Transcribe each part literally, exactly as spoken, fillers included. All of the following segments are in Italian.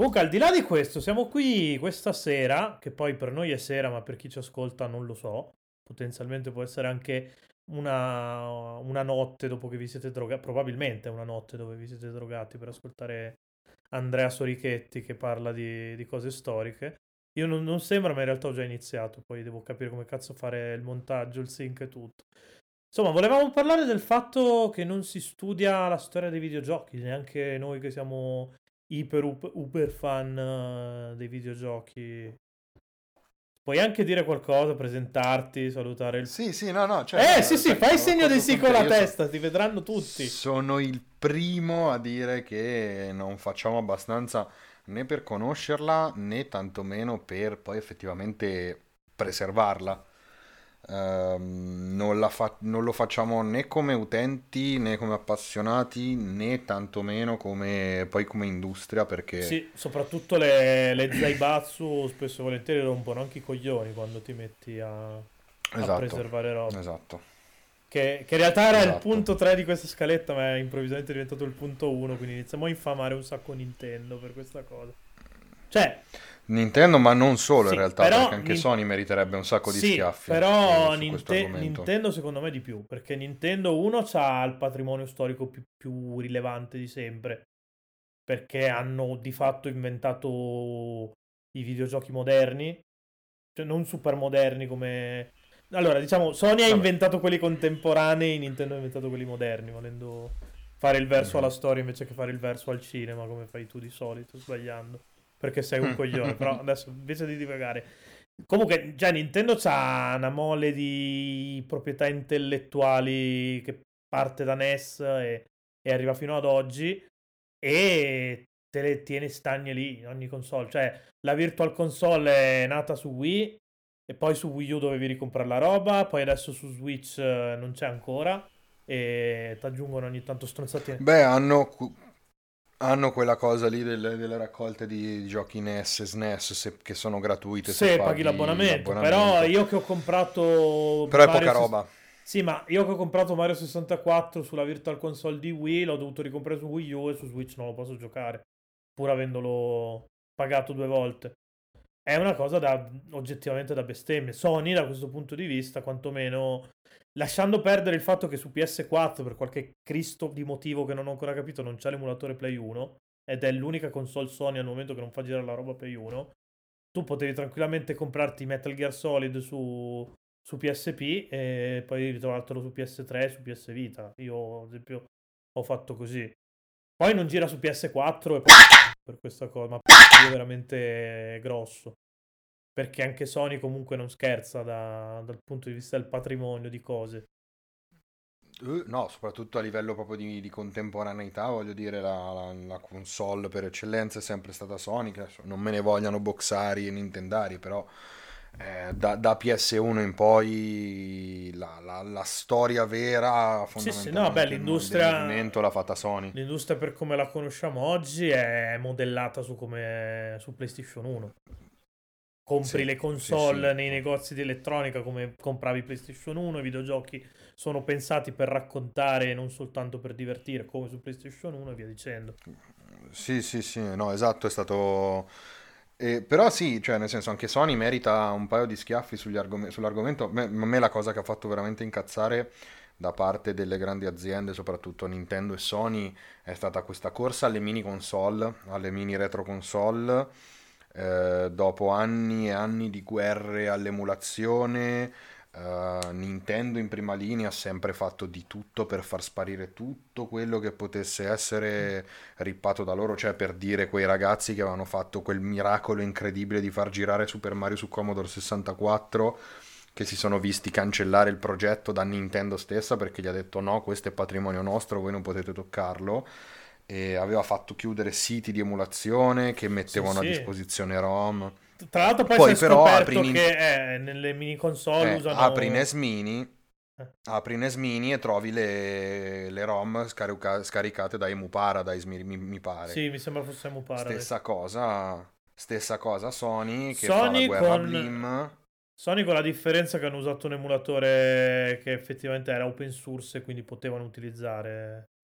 Comunque, al di là di questo, siamo qui questa sera, che poi per noi è sera, ma per chi ci ascolta non lo so. Potenzialmente può essere anche una, una notte dopo che vi siete drogati. Probabilmente è una notte dove vi siete drogati per ascoltare Andrea Sorichetti che parla di, di cose storiche. Io non, non sembra, ma in realtà ho già iniziato. Poi devo capire come cazzo fare il montaggio, il sync e tutto. Insomma, volevamo parlare del fatto che non si studia la storia dei videogiochi, neanche noi che siamo iper up- uber fan eh, dei videogiochi. Puoi anche dire qualcosa, presentarti, salutare il... Sì, sì, no, no, cioè, Eh, sì, no, sì, sai, fai il sono segno dei d'accordo sì con con te. la Io so- testa, ti vedranno tutti. sono il primo a dire che non facciamo abbastanza né per conoscerla né tantomeno per poi effettivamente preservarla. Ehm, non la fa- non lo facciamo né come utenti né come appassionati né tantomeno come, poi come industria perché... Sì, soprattutto le, le Zaibatsu spesso e volentieri rompono anche i coglioni quando ti metti a, a Esatto, preservare roba. esatto, Che, che in realtà era il esatto. punto tre di questa scaletta, ma è improvvisamente diventato il punto uno, quindi iniziamo a infamare un sacco Nintendo per questa cosa. Cioè, Nintendo, ma non solo in sì, realtà, perché però, anche Nin- Sony meriterebbe un sacco di sì, schiaffi su, però su questo Ninte- argomento. Nintendo secondo me di più, perché Nintendo uno c'ha il patrimonio storico più, più rilevante di sempre, perché hanno di fatto inventato i videogiochi moderni, cioè non super moderni come... Allora, diciamo, Sony ha Vabbè. inventato quelli contemporanei, Nintendo ha inventato quelli moderni, volendo fare il verso alla Mhm. storia invece che fare il verso al cinema, come fai tu di solito, sbagliando. Perché sei un coglione, però adesso invece di divagare. Comunque, già Nintendo c'ha una mole di proprietà intellettuali che parte da N E S e, e arriva fino ad oggi e te le tiene stagne lì in ogni console. Cioè, la Virtual Console è nata su Wii e poi su Wii U dovevi ricomprare la roba, poi adesso su Switch eh, non c'è ancora e ti aggiungono ogni tanto stronzate. Beh, hanno, cu- hanno quella cosa lì delle, delle raccolte di, di giochi N E S, S N E S, se- che sono gratuite se Se paghi paghi l'abbonamento, però l'abbonamento. io che ho comprato Però è Mario poca ses- roba. Sì, ma io che ho comprato Mario sessantaquattro sulla Virtual Console di Wii, l'ho dovuto ricomprare su Wii U e su Switch non lo posso giocare, pur avendolo pagato due volte. È una cosa da oggettivamente da bestemmie. Sony, da questo punto di vista, quantomeno lasciando perdere il fatto che su P S quattro, per qualche cristo di motivo che non ho ancora capito, non c'è l'emulatore Play uno, ed è l'unica console Sony al momento che non fa girare la roba Play uno. Tu potevi tranquillamente comprarti Metal Gear Solid su, su P S P e poi ritrovartelo su P S tre e su P S Vita. Io, ad esempio, ho fatto così. Poi non gira su P S quattro e per questa cosa, ma è veramente grosso. Perché anche Sony comunque non scherza da- dal punto di vista del patrimonio di cose. Eh, No, soprattutto a livello proprio di, di contemporaneità, voglio dire, la, la- la console per eccellenza è sempre stata Sony, che adesso non me ne vogliano boxari e nintendari, però eh, da, da P S uno in poi la, la- la storia vera Sì, sì, no, beh, fondamentalmente del, mo- del l'industria, movimento l'ha fatta Sony. l'industria per come la conosciamo oggi è modellata su come su PlayStation uno. Compri Sì, le sì, sì. console nei negozi di elettronica come compravi PlayStation uno, i videogiochi sono pensati per raccontare e non soltanto per divertire, come su PlayStation uno e via dicendo. Sì, sì, sì, no, esatto, è stato... eh, però sì, cioè nel senso anche Sony merita un paio di schiaffi sugli argom- sull'argomento. Me- A me la cosa che ha fatto veramente incazzare da parte delle grandi aziende, soprattutto Nintendo e Sony, è stata questa corsa alle mini console, alle mini retro console, eh, dopo anni e anni di guerre all'emulazione. eh, Nintendo in prima linea ha sempre fatto di tutto per far sparire tutto quello che potesse essere rippato da loro, cioè per dire quei ragazzi che avevano fatto quel miracolo incredibile di far girare Super Mario su Commodore sessantaquattro, che si sono visti cancellare il progetto da Nintendo stessa perché gli ha detto no, questo è patrimonio nostro, voi non potete toccarlo. E aveva fatto chiudere siti di emulazione che Sì, mettevano a sì. disposizione ROM. Tra l'altro poi si è Poi però apri, scoperto Nint- che eh, nelle mini console eh, apri usano... N E S Mini, eh, apri N E S Mini e trovi le, le ROM scarica- scaricate da Emu Paradise, mi, mi- mi pare. sì, mi sembra fosse Emu Paradise. Stessa cosa, stessa cosa Sony che fa la Sony guerra a con... Blim. Sony con la differenza che hanno usato un emulatore che effettivamente era open source e quindi potevano utilizzare.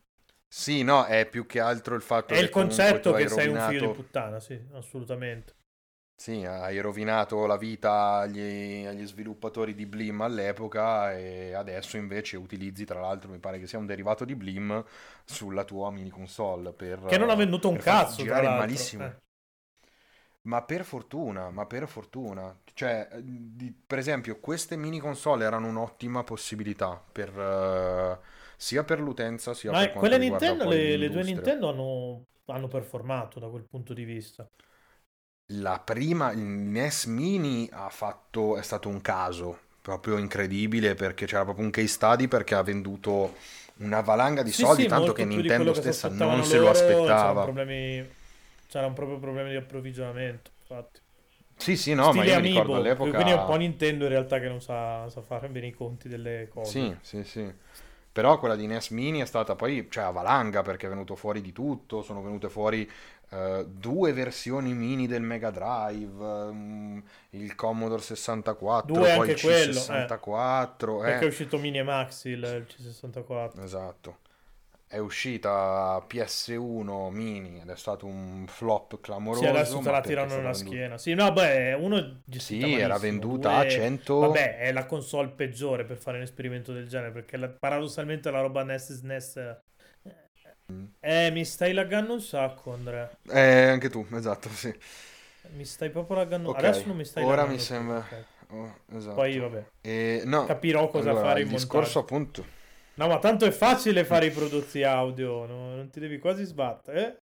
Sì, no, è più che altro il È fatto il che comunque tu concetto hai che sei un figlio di rovinato, puttana, sì, assolutamente. sì, hai rovinato la vita agli, agli sviluppatori di Blim all'epoca e adesso invece utilizzi, tra l'altro, mi pare che sia un derivato di Blim sulla tua mini console per, Che non ha eh, venduto un per far cazzo, tra girare l'altro. malissimo. Eh. Ma per fortuna, ma per fortuna. Cioè, eh, di- per esempio, queste mini console erano un'ottima possibilità per, eh, sia per l'utenza sia Ma per eh, quelle quanto riguarda Nintendo, poi le, le due l'industria. Nintendo hanno, hanno performato da quel punto di vista. La prima, il N E S Mini ha fatto, è stato un caso proprio incredibile perché c'era proprio un case study perché ha venduto una valanga di Sì, soldi, sì, tanto che molto più di quello Nintendo che si stessa non aspettavano se lo loro, c'erano aspettava. problemi, c'erano proprio problemi di approvvigionamento, infatti. Sì, sì, no, ma Stile io mi ricordo Amiibo, quindi è un po' all'epoca. Nintendo in realtà che non sa, sa fare bene i conti delle cose. Sì, sì, sì. Però quella di N E S Mini è stata poi, cioè, a valanga perché è venuto fuori di tutto. Sono venute fuori eh, due versioni mini del Mega Drive, ehm, il Commodore sessantaquattro, Due poi il anche quello, eh, C sessantaquattro, perché è eh, uscito Mini e Maxi il, il C sessantaquattro. esatto. È uscita P S uno Mini ed è stato un flop Sì, adesso clamoroso, te ma la perché è tirano stata nella venduta. schiena. Sì, no, beh, uno è gestita Sì, era malissimo. venduta a Due, cento. vabbè, è la console peggiore per fare un esperimento del genere, perché la- paradossalmente la roba N E S S N E S. Eh, mi stai laggando un sacco, Andrea. Eh, anche tu, esatto, sì. Mi stai proprio laggando. Ok, Adesso non mi stai ora mi laggando più. sembra. Ok. Oh, Poi, esatto. vabbè, E no, capirò cosa allora fare il in discorso montaggio. appunto. No, ma tanto è facile fare i prodotti audio, no? Non ti devi quasi sbattere, eh?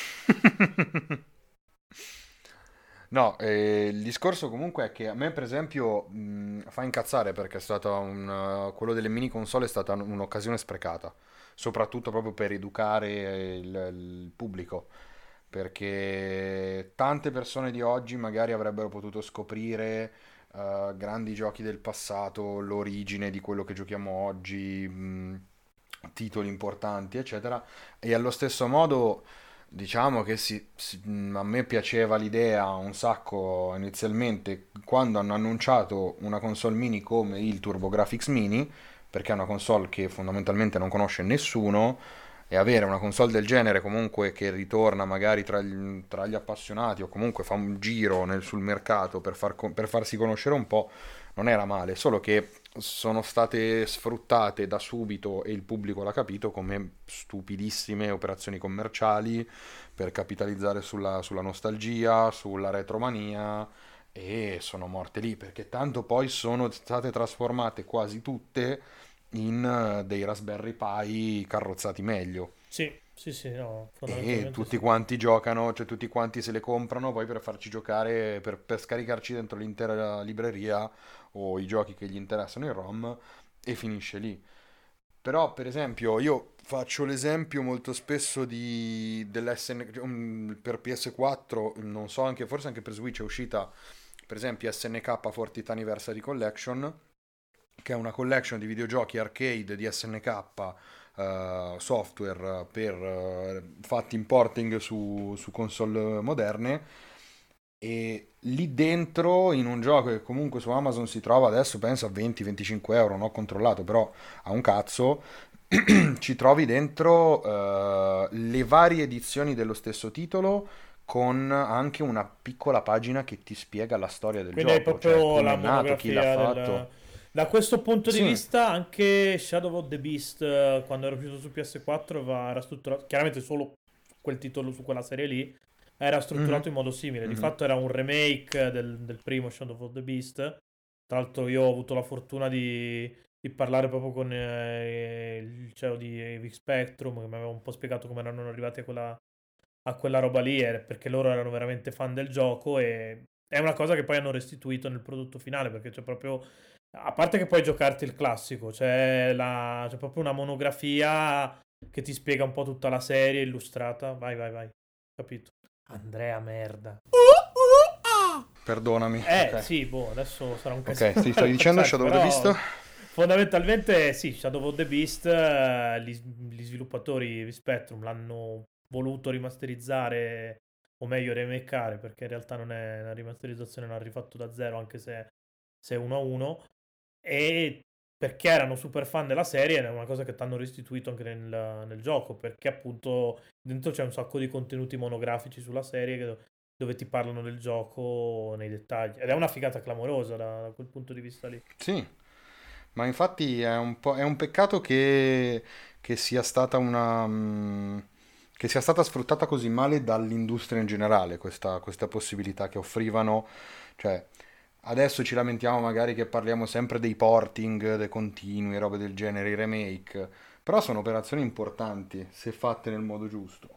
No, eh, il discorso comunque è che a me per esempio mh, fa incazzare perché è stata un, quello delle mini console è stata un'occasione sprecata, soprattutto proprio per educare il, il pubblico, perché tante persone di oggi magari avrebbero potuto scoprire eh, grandi giochi del passato, l'origine di quello che giochiamo oggi, mh, titoli importanti, eccetera, e allo stesso modo. Diciamo che si- si- mh, a me piaceva l'idea un sacco inizialmente quando hanno annunciato una console mini come il TurboGrafx Mini, perché è una console che fondamentalmente non conosce nessuno, e avere una console del genere comunque che ritorna magari tra gli, tra gli appassionati o comunque fa un giro nel- sul mercato per, far co- per farsi conoscere un po', non era male, solo che sono state sfruttate da subito e il pubblico l'ha capito come stupidissime operazioni commerciali per capitalizzare sulla, sulla nostalgia, sulla retromania e sono morte lì perché tanto poi sono state trasformate quasi tutte in eh, dei Raspberry Pi carrozzati meglio. Sì, sì, sì, no, E fondamentalmente tutti sì. quanti giocano, cioè tutti quanti se le comprano poi per farci giocare, per, per scaricarci dentro l'intera libreria o i giochi che gli interessano in ROM e finisce lì. Però, per esempio, io faccio l'esempio molto spesso di, dell'S N um, per P S quattro, non so, anche, forse anche per Switch è uscita, per esempio, S N K quartieth Anniversary Collection, che è una collection di videogiochi arcade di S N K eh, software per, eh, fatti in porting su, su console moderne e lì dentro in un gioco che comunque su Amazon si trova adesso penso a venti venticinque euro, non ho controllato però a un cazzo, ci trovi dentro eh, le varie edizioni dello stesso titolo con anche una piccola pagina che ti spiega la storia del Quindi hai gioco, cioè proprio come è la nato, chi l'ha monografia fatto. del. Da questo punto di Sì. vista, anche Shadow of the Beast, eh, quando era uscito su P S quattro, va- era strutturato, chiaramente solo su quel titolo, su quella serie lì, era Mhm, strutturato in modo simile. Di mhm. fatto era un remake del, del primo Shadow of the Beast. Tra l'altro io ho avuto la fortuna di, di parlare proprio con eh, il C E O di Epic Spectrum, che mi aveva un po' spiegato come erano arrivati a quella, a quella roba lì, eh, perché loro erano veramente fan del gioco e è una cosa che poi hanno restituito nel prodotto finale, perché c'è proprio, a parte che puoi giocarti il classico, c'è, la, c'è proprio una monografia che ti spiega un po' tutta la serie illustrata. Vai, vai, vai, capito. Andrea, merda. Perdonami, Eh, ok. sì, boh, adesso sarà un Ok, casino ti stavi dicendo allacciarsi, Shadow of the Beast? però fondamentalmente sì, Shadow of the Beast, eh, gli, gli sviluppatori di Spectrum l'hanno voluto rimasterizzare, o meglio remakeare, perché in realtà non è una rimasterizzazione, l'hanno rifatto da zero, anche se, se è uno a uno, e perché erano super fan della serie ed è una cosa che ti hanno restituito anche nel, nel gioco, perché appunto dentro c'è un sacco di contenuti monografici sulla serie che- dove ti parlano del gioco nei dettagli. Ed è una figata clamorosa da, da quel punto di vista lì. Sì, ma infatti è un po', è un peccato che, che sia stata una, mm, che sia stata sfruttata così male dall'industria in generale, questa, questa possibilità che offrivano. Cioè, adesso ci lamentiamo magari che parliamo sempre dei porting, dei continui, robe del genere, i remake, però sono operazioni importanti se fatte nel modo giusto.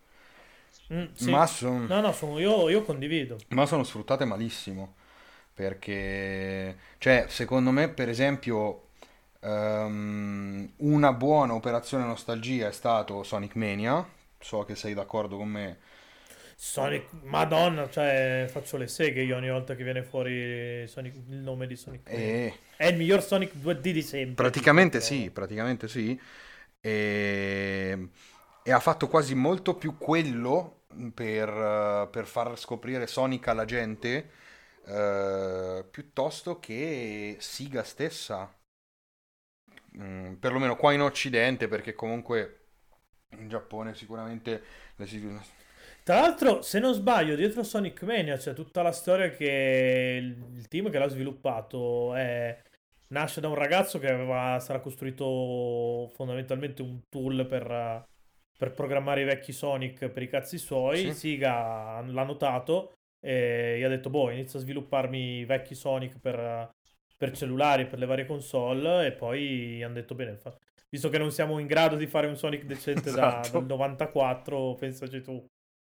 Mm, Ma, sì, son- no, no, sono- io, io condivido. ma sono sfruttate malissimo. Perché, cioè, secondo me, per esempio, ehm, una buona operazione nostalgia è stato Sonic Mania. So che sei d'accordo con me. Sonic, Madonna, cioè faccio le seghe io ogni volta che viene fuori Sonic- il nome di Sonic Mania. E È il miglior Sonic due D di sempre, tipo, praticamente però. sì, praticamente sì. E, e ha fatto quasi molto più quello per, eh, per far scoprire Sonic alla gente, eh, piuttosto che Siga stessa. Mm, perlomeno qua in Occidente, perché comunque in Giappone sicuramente le si- Tra l'altro, se non sbaglio, dietro Sonic Mania c'è tutta la storia che il, il team che l'ha sviluppato è- nasce da un ragazzo che aveva, sarà costruito fondamentalmente un tool per, eh, per programmare i vecchi Sonic per i cazzi suoi. Sì, Siga l'ha notato e gli ha detto, boh, inizia a svilupparmi i vecchi Sonic per, eh, per cellulari, per le varie console e poi hanno detto, bene, fa- visto che non siamo in grado di fare un Sonic decente da- dal esatto. novantaquattro, pensaci tu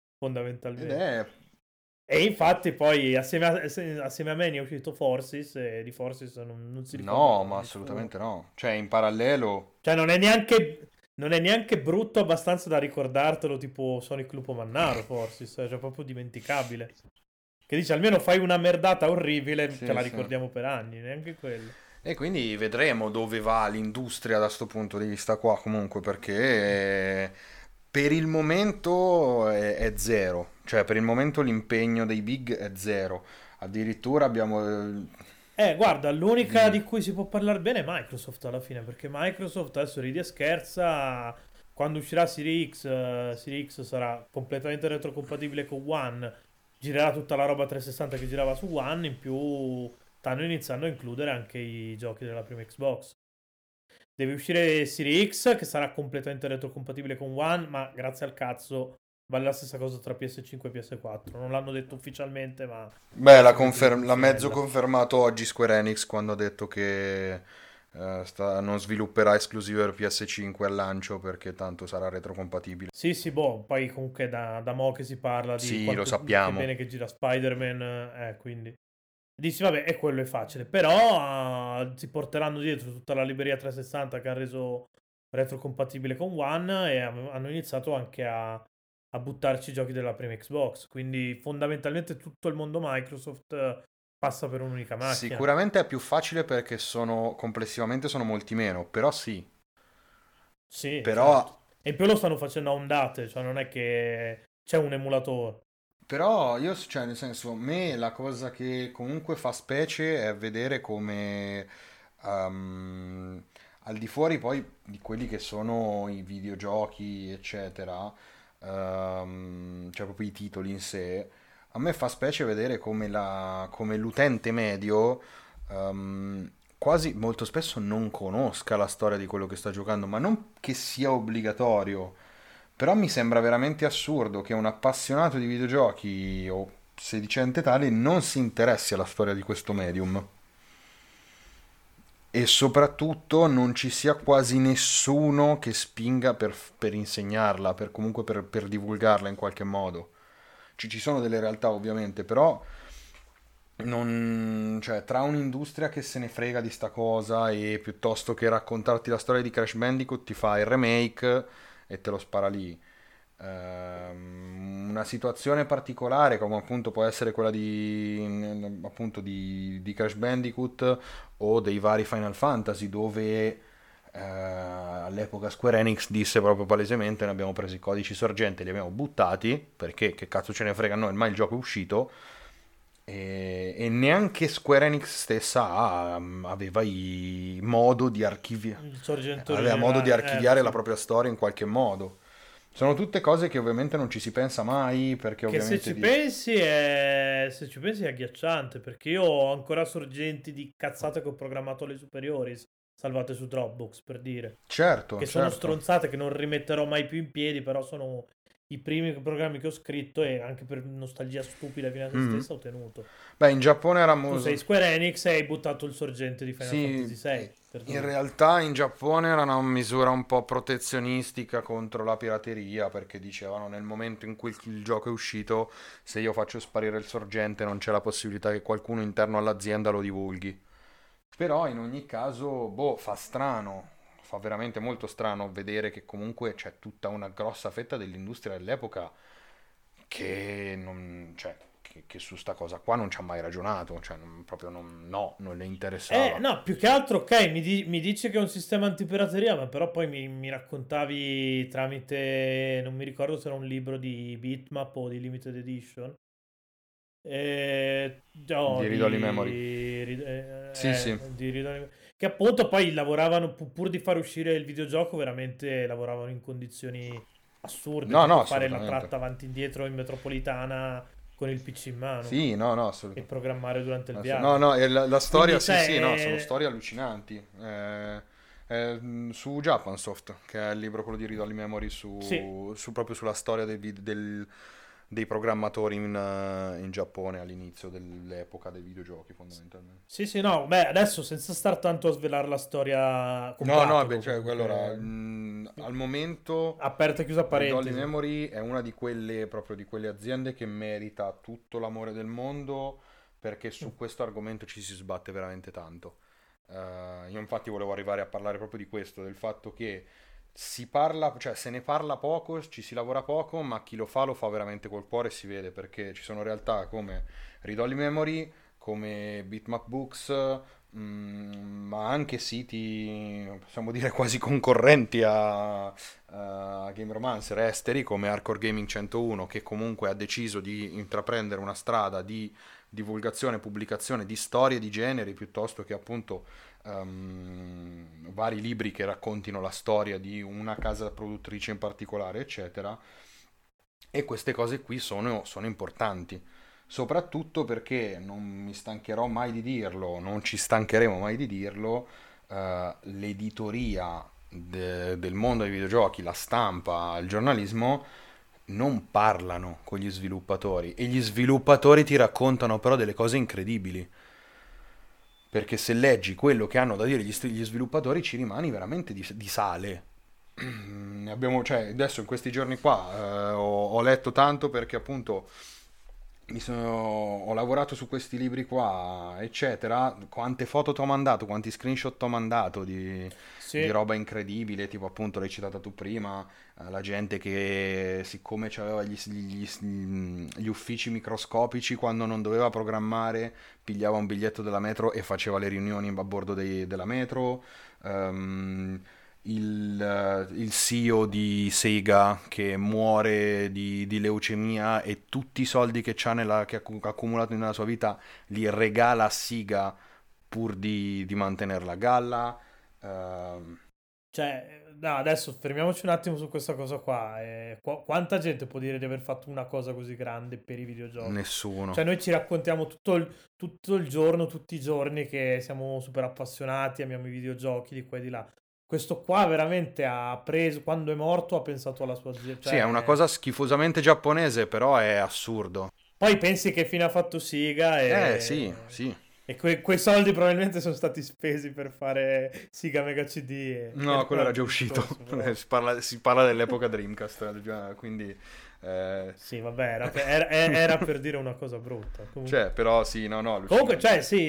Ed fondamentalmente. è... E infatti poi assieme a, assieme a me ne è uscito Forces e di Forces non, non si No, ricorda ma nessuno. assolutamente no. Cioè, in parallelo... Cioè non è neanche, non è neanche brutto abbastanza da ricordartelo tipo Sonic Lupo Mannaro Forces, cioè proprio dimenticabile. Che dice almeno fai una merdata orribile, ce Sì, la sì. ricordiamo per anni, neanche quello. E quindi vedremo dove va l'industria da sto punto di vista qua, comunque, perché per il momento è, è zero. Cioè, per il momento l'impegno dei big è zero. Addirittura abbiamo... eh, Eh, guarda, l'unica Dimmi. di cui si può parlare bene è Microsoft alla fine, perché Microsoft adesso ride e scherza, quando uscirà Series X, eh, Series X sarà completamente retrocompatibile con One, girerà tutta la roba trecentosessanta che girava su One, in più stanno iniziando a includere anche i giochi della prima Xbox. Deve uscire Series X che sarà completamente retrocompatibile con One, ma grazie al cazzo vale la stessa cosa tra P S cinque e P S quattro. Non l'hanno detto ufficialmente, ma Beh, l'ha, basicamente di confer- l'ha mezzo pulcinella. confermato oggi Square Enix quando ha detto che eh, sta- non svilupperà esclusive per P S cinque al lancio perché tanto sarà retrocompatibile. Sì, sì, boh, poi comunque da, da mo' che si parla di Sì, lo quanto che sappiamo. bene che gira Spider-Man, eh, quindi dici, vabbè, e quello è facile, però eh, si porteranno dietro tutta la libreria trecentosessanta che ha reso retrocompatibile con One e hanno hanno iniziato anche a, a buttarci i giochi della prima Xbox, quindi fondamentalmente tutto il mondo Microsoft eh, passa per un'unica macchina. Sicuramente è più facile perché sono complessivamente sono molti meno, però sì. Sì, Però, certo. E in più lo stanno facendo a ondate, cioè non è che c'è un emulatore. però io, cioè, nel senso, a me la cosa che comunque fa specie è vedere come ehm, al di fuori poi di quelli che sono i videogiochi, eccetera, ehm, cioè proprio i titoli in sé, a me fa specie vedere come la- come l'utente medio ehm, quasi molto spesso non conosca la storia di quello che sta giocando, ma non che sia obbligatorio. Però mi sembra veramente assurdo che un appassionato di videogiochi o sedicente tale non si interessi alla storia di questo medium. E soprattutto non ci sia quasi nessuno che spinga per, per insegnarla, per comunque per, per divulgarla in qualche modo. Ci, ci sono delle realtà ovviamente, però non, cioè, tra un'industria che se ne frega di sta cosa e piuttosto che raccontarti la storia di Crash Bandicoot ti fa il remake e te lo spara lì. Ehm, una situazione particolare come appunto può essere quella di, appunto di, di Crash Bandicoot o dei vari Final Fantasy dove eh, all'epoca Square Enix disse proprio palesemente ne abbiamo preso i codici sorgenti e li abbiamo buttati perché che cazzo ce ne frega a noi, ormai il gioco è uscito E, e neanche Square Enix stessa ha- aveva i modo di archiviare, Il sorgente aveva modo di originale, eh, lo archiviare la so. propria storia in qualche modo. Sono tutte cose che ovviamente non ci si pensa mai, perché Che se ovviamente ci dici, pensi è, se ci pensi è agghiacciante, perché io ho ancora sorgenti di cazzate che ho programmato alle superiori, s- salvate su Dropbox, per dire. certo, Che sono certo. stronzate, che non rimetterò mai più in piedi, però sono i primi programmi che ho scritto e anche per nostalgia stupida fino a se Mhm. stessa ho tenuto. Beh, in Giappone era Tu sei molto... Square Enix e hai buttato il sorgente di Final Sì, Fantasy sei, per in dire. realtà in Giappone era una misura un po' protezionistica contro la pirateria, perché dicevano nel momento in cui il, il gioco è uscito, se io faccio sparire il sorgente non c'è la possibilità che qualcuno interno all'azienda lo divulghi. Però in ogni caso, boh, fa strano, fa veramente molto strano vedere che comunque c'è tutta una grossa fetta dell'industria dell'epoca che non, cioè, che, che su sta cosa qua non ci ha mai ragionato, cioè non- proprio non, no, non le Eh, interessava. no, più che altro, ok, mi, di- mi dici che è un sistema antipirateria, ma però poi mi, mi raccontavi tramite, non mi ricordo se era un libro di Bitmap o di Limited Edition, eh, no, Di Ridolly Memory. di, ri- eh, Sì, eh, sì. di Ridoni- che appunto poi lavoravano, pu- pur di far uscire il videogioco, veramente lavoravano in condizioni assurde, No, no, tipo fare la assolutamente. tratta avanti e indietro in metropolitana con il P C in mano Sì, no, no, e assolutamente. programmare durante il No, viaggio. no, e la, la storia, Quindi, sì, sì, no, sono cioè, storie allucinanti. Eh, eh, mh, su Japansoft, che è il libro quello di Ridolly Memory sì. su, su- proprio sulla storia dei, vid- del- dei programmatori in, eh, in Giappone all'inizio dell'epoca dei videogiochi, fondamentalmente. Sì, sì, no, beh, adesso senza star tanto a svelare la storia, No, no, beh, comprato cioè, allora, comunque, mh, al momento aperta e chiusa Ridolly parentesi. Memory è una di quelle, proprio di quelle aziende che merita tutto l'amore del mondo perché Mm. su questo argomento ci si sbatte veramente tanto. Eh, io infatti volevo arrivare a parlare proprio di questo, del fatto che si parla, cioè se ne parla poco, ci si lavora poco, ma chi lo fa lo fa veramente col cuore e si vede perché ci sono realtà come Ridolly Memory, come Bitmap Books, mm, ma anche siti, possiamo dire quasi concorrenti a, a Game Romancer esteri come Hardcore Gaming centouno, che comunque ha deciso di intraprendere una strada di divulgazione e pubblicazione di storie di generi piuttosto che appunto ehm, vari libri che raccontino la storia di una casa produttrice in particolare, eccetera. E queste cose qui sono, sono importanti, soprattutto perché non mi stancherò mai di dirlo, non ci stancheremo mai di dirlo, eh, l'editoria de- del mondo dei videogiochi, la stampa, il giornalismo non parlano con gli sviluppatori e gli sviluppatori ti raccontano però delle cose incredibili. Perché se leggi quello che hanno da dire gli, st- gli sviluppatori ci rimani veramente di, di sale. Ne abbiamo, cioè, adesso in questi giorni qua eh, ho, ho letto tanto perché appunto mi sono, ho lavorato su questi libri qua, eccetera. Quante foto ti ho mandato, quanti screenshot ti ho mandato di, di Sì, roba incredibile, tipo appunto l'hai citata tu prima, eh, la gente che siccome aveva gli, gli- gli uffici microscopici quando non doveva programmare, pigliava un biglietto della metro e faceva le riunioni a bordo dei- della metro. Ehm, il, eh, il C E O di Sega che muore di, di leucemia e tutti i soldi che, c'ha nella, che ha accu- ha accumulato nella sua vita li regala a Sega pur di, di mantenerla a galla. Ehm, cioè, no, adesso fermiamoci un attimo su questa cosa qua. eh, qu- quanta gente può dire di aver fatto una cosa così grande per i videogiochi? nessuno. Cioè, noi ci raccontiamo tutto il, tutto il giorno, tutti i giorni che siamo super appassionati, amiamo i videogiochi di qua e di là. Questo qua veramente ha preso, quando è morto, ha pensato alla sua azienda. Sì, è una Cioè, cosa schifosamente giapponese, però è assurdo. poi pensi che fine ha fatto Siga Eh sì, e, sì. e que- quei soldi probabilmente sono stati spesi per fare Siga Mega C D e- ed No, è un quello era già altro uscito. discorso, però. Si parla, si parla dell'epoca Dreamcast, già, quindi... eh, Sì, vabbè, era per, era- era per dire una cosa brutta. Comunque, cioè, però sì, no, no, comunque cioè, allucinante. sì,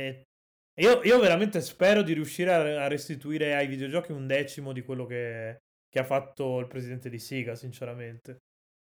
io, io veramente spero di riuscire a, a restituire ai videogiochi un decimo di quello che, che ha fatto il presidente di Siga, sinceramente.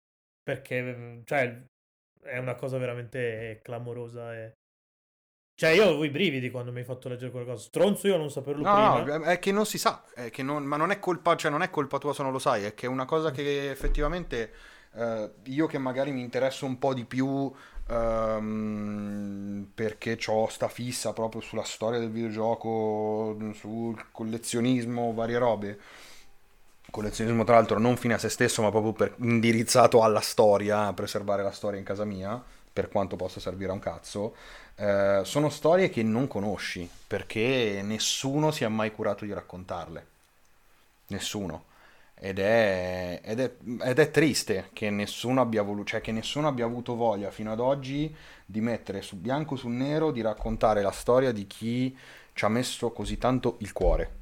Perché, cioè, è una cosa veramente clamorosa e... Cioè, io avevo i brividi quando mi hai fatto leggere quella cosa. Stronzo io a non saperlo No, prima. no, è che non si sa, è che non- ma non è colpa, cioè non è colpa tua se non lo sai, è che è una cosa che effettivamente eh, io che magari mi interesso un po' di più ehm, perché ho sta fissa proprio sulla storia del videogioco, sul collezionismo, varie robe. Collezionismo, tra l'altro, non fine a se stesso, ma proprio per- indirizzato alla storia, a preservare la storia in casa mia, per quanto possa servire a un cazzo. Eh, sono storie che non conosci, perché nessuno si è mai curato di raccontarle. Nessuno. Ed è, ed è- ed è triste che nessuno abbia voluto, cioè che nessuno abbia avuto voglia fino ad oggi di mettere su bianco su nero, di raccontare la storia di chi ci ha messo così tanto il cuore.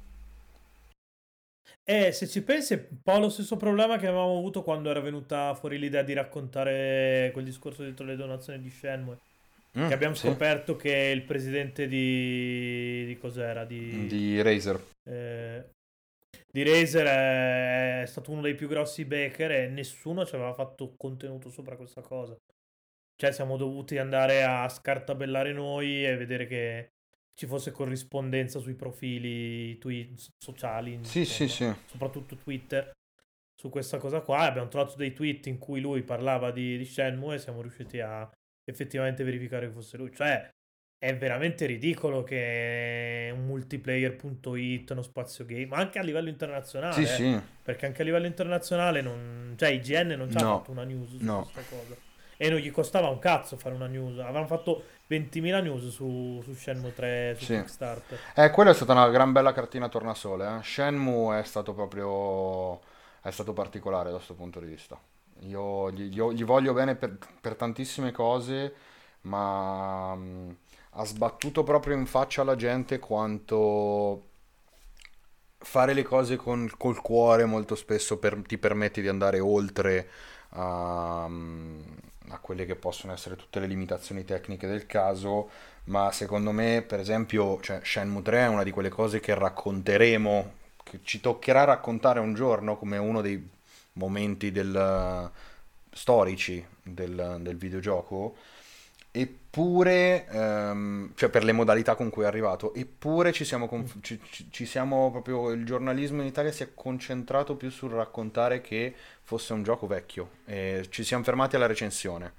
E se ci pensi è un po' lo stesso problema che avevamo avuto quando era venuta fuori l'idea di raccontare quel discorso dietro le donazioni di Shenmue. Mm, Che abbiamo sì, scoperto che il presidente di... di cos'era? Di... di Razer. eh, di Razer è, è stato uno dei più grossi backer e nessuno ci aveva fatto contenuto sopra questa cosa. Cioè siamo dovuti andare a scartabellare noi e vedere che ci fosse corrispondenza sui profili twi- sociali, Sì, sì, insomma, sì. soprattutto Twitter, su questa cosa qua. Abbiamo trovato dei tweet in cui lui parlava di, di Shenmue e siamo riusciti a effettivamente verificare che fosse lui. Cioè, è veramente ridicolo che un multiplayer punto it, uno spazio game, ma anche a livello Sì, internazionale, eh, sì. perché anche a livello internazionale non, cioè I G N non ci ha No, fatto una news su no. questa cosa. E non gli costava un cazzo fare una news. Avevano fatto ventimila news su, su Shenmue tre su Sì. Kickstarter. Eh, quella è stata una gran bella cartina tornasole, eh. Shenmue è stato proprio... è stato particolare da questo punto di vista. Io gli, gli- gli voglio bene per, per tantissime cose, ma mm, ha sbattuto proprio in faccia alla gente quanto fare le cose con- col cuore molto spesso per- ti permette di andare oltre a, a quelle che possono essere tutte le limitazioni tecniche del caso, ma secondo me, per esempio, cioè, Shenmue tre è una di quelle cose che racconteremo, che ci toccherà raccontare un giorno come uno dei momenti del- storici del, del videogioco. Eppure, ehm, cioè per le modalità con cui è arrivato, eppure ci siamo, Mm. conf- ci, ci- ci siamo proprio, il giornalismo in Italia si è concentrato più sul raccontare che fosse un gioco vecchio e ci siamo fermati alla recensione.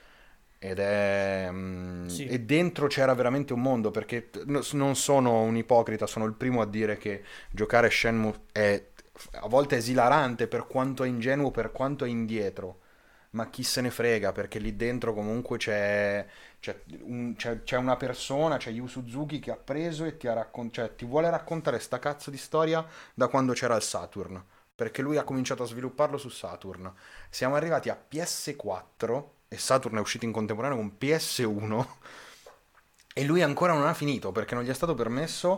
Ed è, mm, Sì. e dentro c'era veramente un mondo, perché t- no- non sono un ipocrita, sono il primo a dire che giocare a Shenmue è a volte esilarante per quanto è ingenuo, per quanto è indietro, ma chi se ne frega, perché lì dentro comunque c'è, c'è un- c'è- c'è una persona, c'è Yu Suzuki che ha preso e ti, ha raccon- cioè, ti vuole raccontare sta cazzo di storia da quando c'era il Saturn, perché lui ha cominciato a svilupparlo su Saturn. Siamo arrivati a P S quattro e Saturn è uscito in contemporanea con P S uno e lui ancora non ha finito perché non gli è stato permesso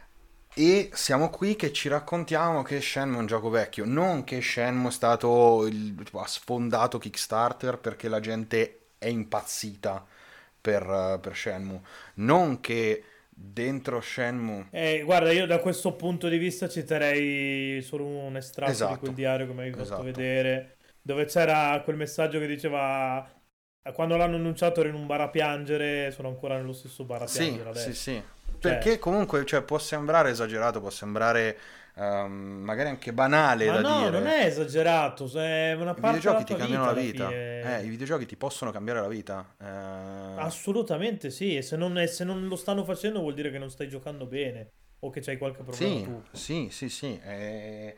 e siamo qui che ci raccontiamo che Shenmue è un gioco vecchio, non che Shenmue è stato il, tipo, ha sfondato Kickstarter perché la gente è impazzita per, eh, per Shenmue, non che dentro Shenmue... Eh, guarda, io da questo punto di vista citerei solo un estratto di quel Esatto, diario che mi avevi fatto esatto. vedere, dove c'era quel messaggio che diceva: "Eh, quando l'hanno annunciato ero in un bar a piangere, sono ancora nello stesso bar a Sì, piangere sì, adesso." sì. Cioè, Perché comunque, cioè, può sembrare esagerato, può sembrare ehm, magari anche banale ma da no, non dire. è esagerato, è una I parte della videogiochi ti tua cambiano vita la alla vita. Eh, i fine. videogiochi ti possono cambiare la vita. Eh, Assolutamente sì, e se non, e se non lo stanno facendo vuol dire che non stai giocando bene o che c'hai qualche problema sì, tu. sì, sì, sì. eh,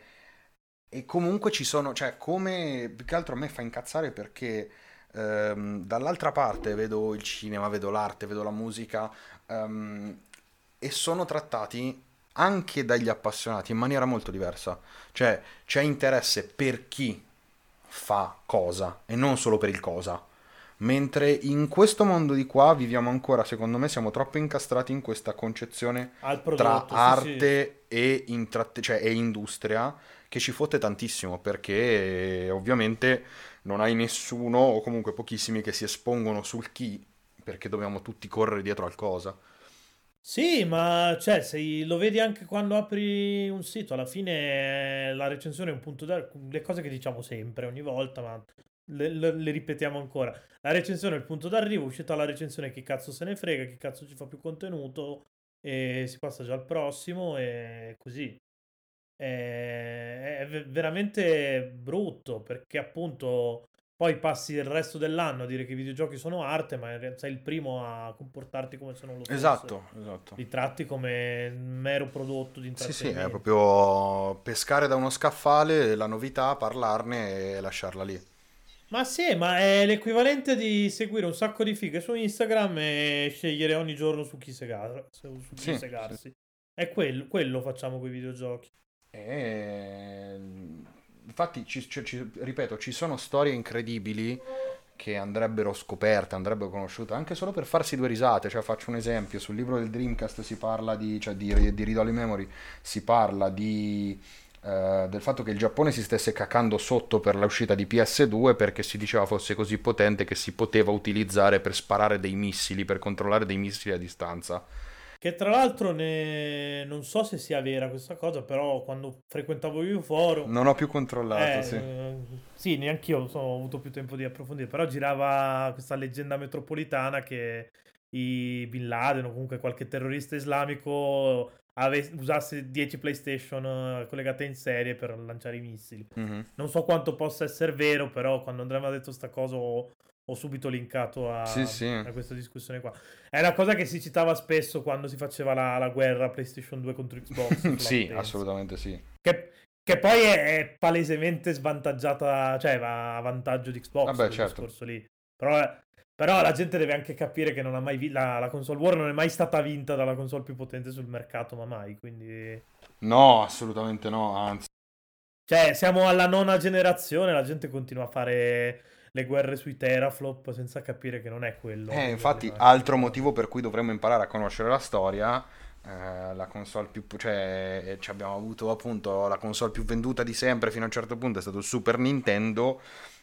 E comunque ci sono, cioè, come più che altro a me fa incazzare perché ehm, dall'altra parte vedo il cinema, vedo l'arte, vedo la musica ehm, e sono trattati anche dagli appassionati in maniera molto diversa. Cioè, c'è interesse per chi fa cosa e non solo per il cosa. Mentre in questo mondo di qua viviamo ancora, secondo me, siamo troppo incastrati in questa concezione Al tra prodotto, sì, sì. arte e, intratte- cioè, e industria che ci fotte tantissimo perché eh, ovviamente non hai nessuno o comunque pochissimi che si espongono sul chi perché dobbiamo tutti correre dietro al cosa. Sì, ma cioè, se lo vedi anche quando apri un sito, alla fine eh, la recensione è un punto da... Le cose che diciamo sempre, ogni volta, ma le, le- le ripetiamo ancora. La recensione è il punto d'arrivo, uscita la recensione chi cazzo se ne frega, chi cazzo ci fa più contenuto e si passa già al prossimo e così. È, è ve- veramente brutto perché appunto poi passi il resto dell'anno a dire che i videogiochi sono arte, ma in realtà sei il primo a comportarti come se non lo fossero. Esatto, esatto. Li tratti come un mero prodotto di Sì, sì, è intrattenimento. proprio pescare da uno scaffale la novità, parlarne e lasciarla lì. Ma sì, ma è l'equivalente di seguire un sacco di fighe su Instagram e scegliere ogni giorno su chi segar- su su chi Sì, sì. segarsi. È quello, quello facciamo con i videogiochi. E... Infatti, ci- ci- ci- ripeto, ci sono storie incredibili che andrebbero scoperte, andrebbero conosciute, anche solo per farsi due risate. Cioè, faccio un esempio, sul libro del Dreamcast si parla di, cioè di, di Read Only Memory, si parla di, eh, del fatto che il Giappone si stesse cacando sotto per l'uscita di P S due perché si diceva fosse così potente che si poteva utilizzare per sparare dei missili, per controllare dei missili a distanza. Che tra l'altro ne... non so se sia vera questa cosa, però quando frequentavo io il forum, Non ho più controllato, sì. eh, sì, neanch'io so- ho avuto più tempo di approfondire, però girava questa leggenda metropolitana che i Bin Laden o comunque qualche terrorista islamico ave- usasse dieci PlayStation eh, collegate in serie per lanciare i missili. Mhm. Non so quanto possa essere vero, però quando Andrea mi ha detto sta cosa ho, ho subito linkato Sì, a, sì. a questa discussione qua. È una cosa che si citava spesso quando si faceva la, la guerra PlayStation due contro Xbox sulla Sì, potenza. assolutamente sì. Che, che poi è, è palesemente svantaggiata, cioè va a vantaggio di Xbox Vabbè, quel certo. discorso lì. Però, però la gente deve anche capire che non ha mai vi- la, la console war non è mai stata vinta dalla console più potente sul mercato, ma mai. Quindi, No, assolutamente no, anzi. cioè, siamo alla nona generazione, la gente continua a fare le guerre sui teraflop senza capire che non è quello a Eh, muovere le infatti, macchine, altro motivo chiaramente. per cui dovremmo imparare a conoscere la storia, eh, la console più, cioè, eh, ci abbiamo avuto appunto la console più venduta di sempre fino a un certo punto è stato il Super Nintendo,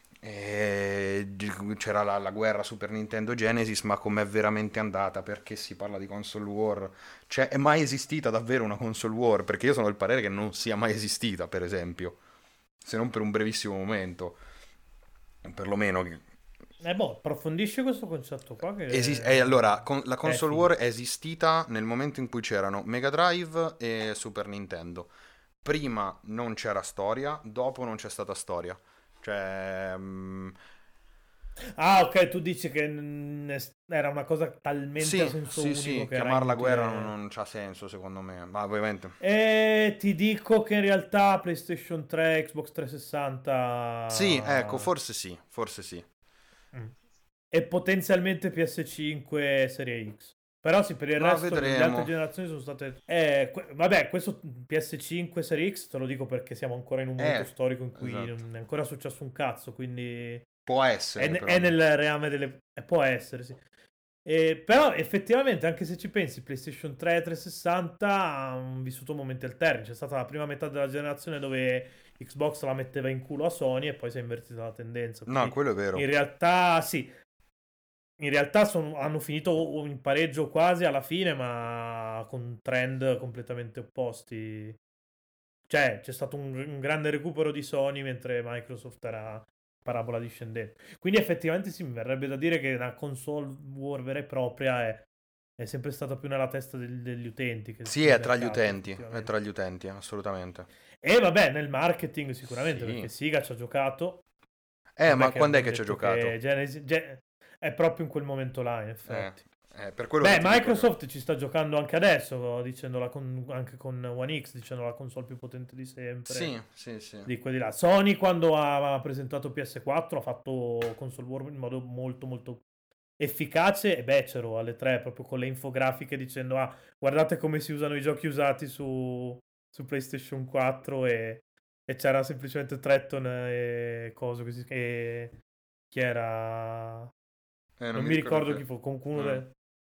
e gi- c'era la, la guerra Super Nintendo Genesis, ma com'è veramente andata? Perché si parla di console war? Cioè, è mai esistita davvero una console war? Perché io sono del parere che non sia mai esistita, per esempio, se non per un brevissimo momento, perlomeno. Eh, boh, approfondisce questo concetto qua Esis- eh, che allora, con- la è console war figo. è esistita nel momento in cui c'erano Mega Drive e Super Nintendo. Prima non c'era storia, dopo non c'è stata storia. Cioè, mm, Ah, ok, tu dici che mm, es- era una cosa talmente a sì, senso sì, unico sì, che era chiamarla guerra non, inutile. non c'ha senso secondo me. Ma ovviamente. E ti dico che in realtà PlayStation tre, Xbox Sì, ecco, trecentosessanta forse sì, forse sì. mm, e potenzialmente P S cinque e Serie X. Però sì, per il No, resto le altre vedremo. generazioni sono state... Eh, que- vabbè, questo P S cinque Serie X te lo dico perché siamo ancora in un momento Eh, storico in cui esatto. non è ancora successo un cazzo, quindi Può è, essere, ne- però. è nel reame delle... eh, può essere, sì. E, però effettivamente, anche se ci pensi, PlayStation tre e trecentosessanta hanno vissuto momenti alterni. C'è stata la prima metà della generazione dove Xbox la metteva in culo a Sony e poi si è invertita la tendenza. No, Quindi quello è in vero. realtà sì, in realtà sono- hanno finito in pareggio quasi alla fine, ma con trend completamente opposti. Cioè, c'è stato un, un grande recupero di Sony mentre Microsoft era parabola discendente. Quindi effettivamente sì, mi verrebbe da dire che una console war vera e propria è, è sempre stata più nella testa del- degli utenti che Sì, sul è tra gli mercato, utenti, è effettivamente. tra gli utenti, assolutamente. E vabbè, nel marketing sicuramente, Sì. perché Siga ci ha giocato. Eh, Vabbè, ma che quando è abbiamo che ci ho detto giocato? che Genesis, Ge- è proprio in quel momento là, in Eh, effetti. eh, per quello che Beh, ti dico che... Microsoft ci sta giocando anche adesso, dicendola con- anche con One X, dicendo la console più potente di sempre. Sì, sì, sì. Di qua e di là. Sony quando ha presentato P S quattro ha fatto console war in modo molto molto efficace e becero alle tre, proprio con le infografiche dicendo ah, guardate come si usano i giochi usati su, su PlayStation quattro e, e c'era semplicemente Tretton e coso così, e chi era... Eh, non Non mi mi ricordo ricordo che... chi fu, comunque uno Mm. de-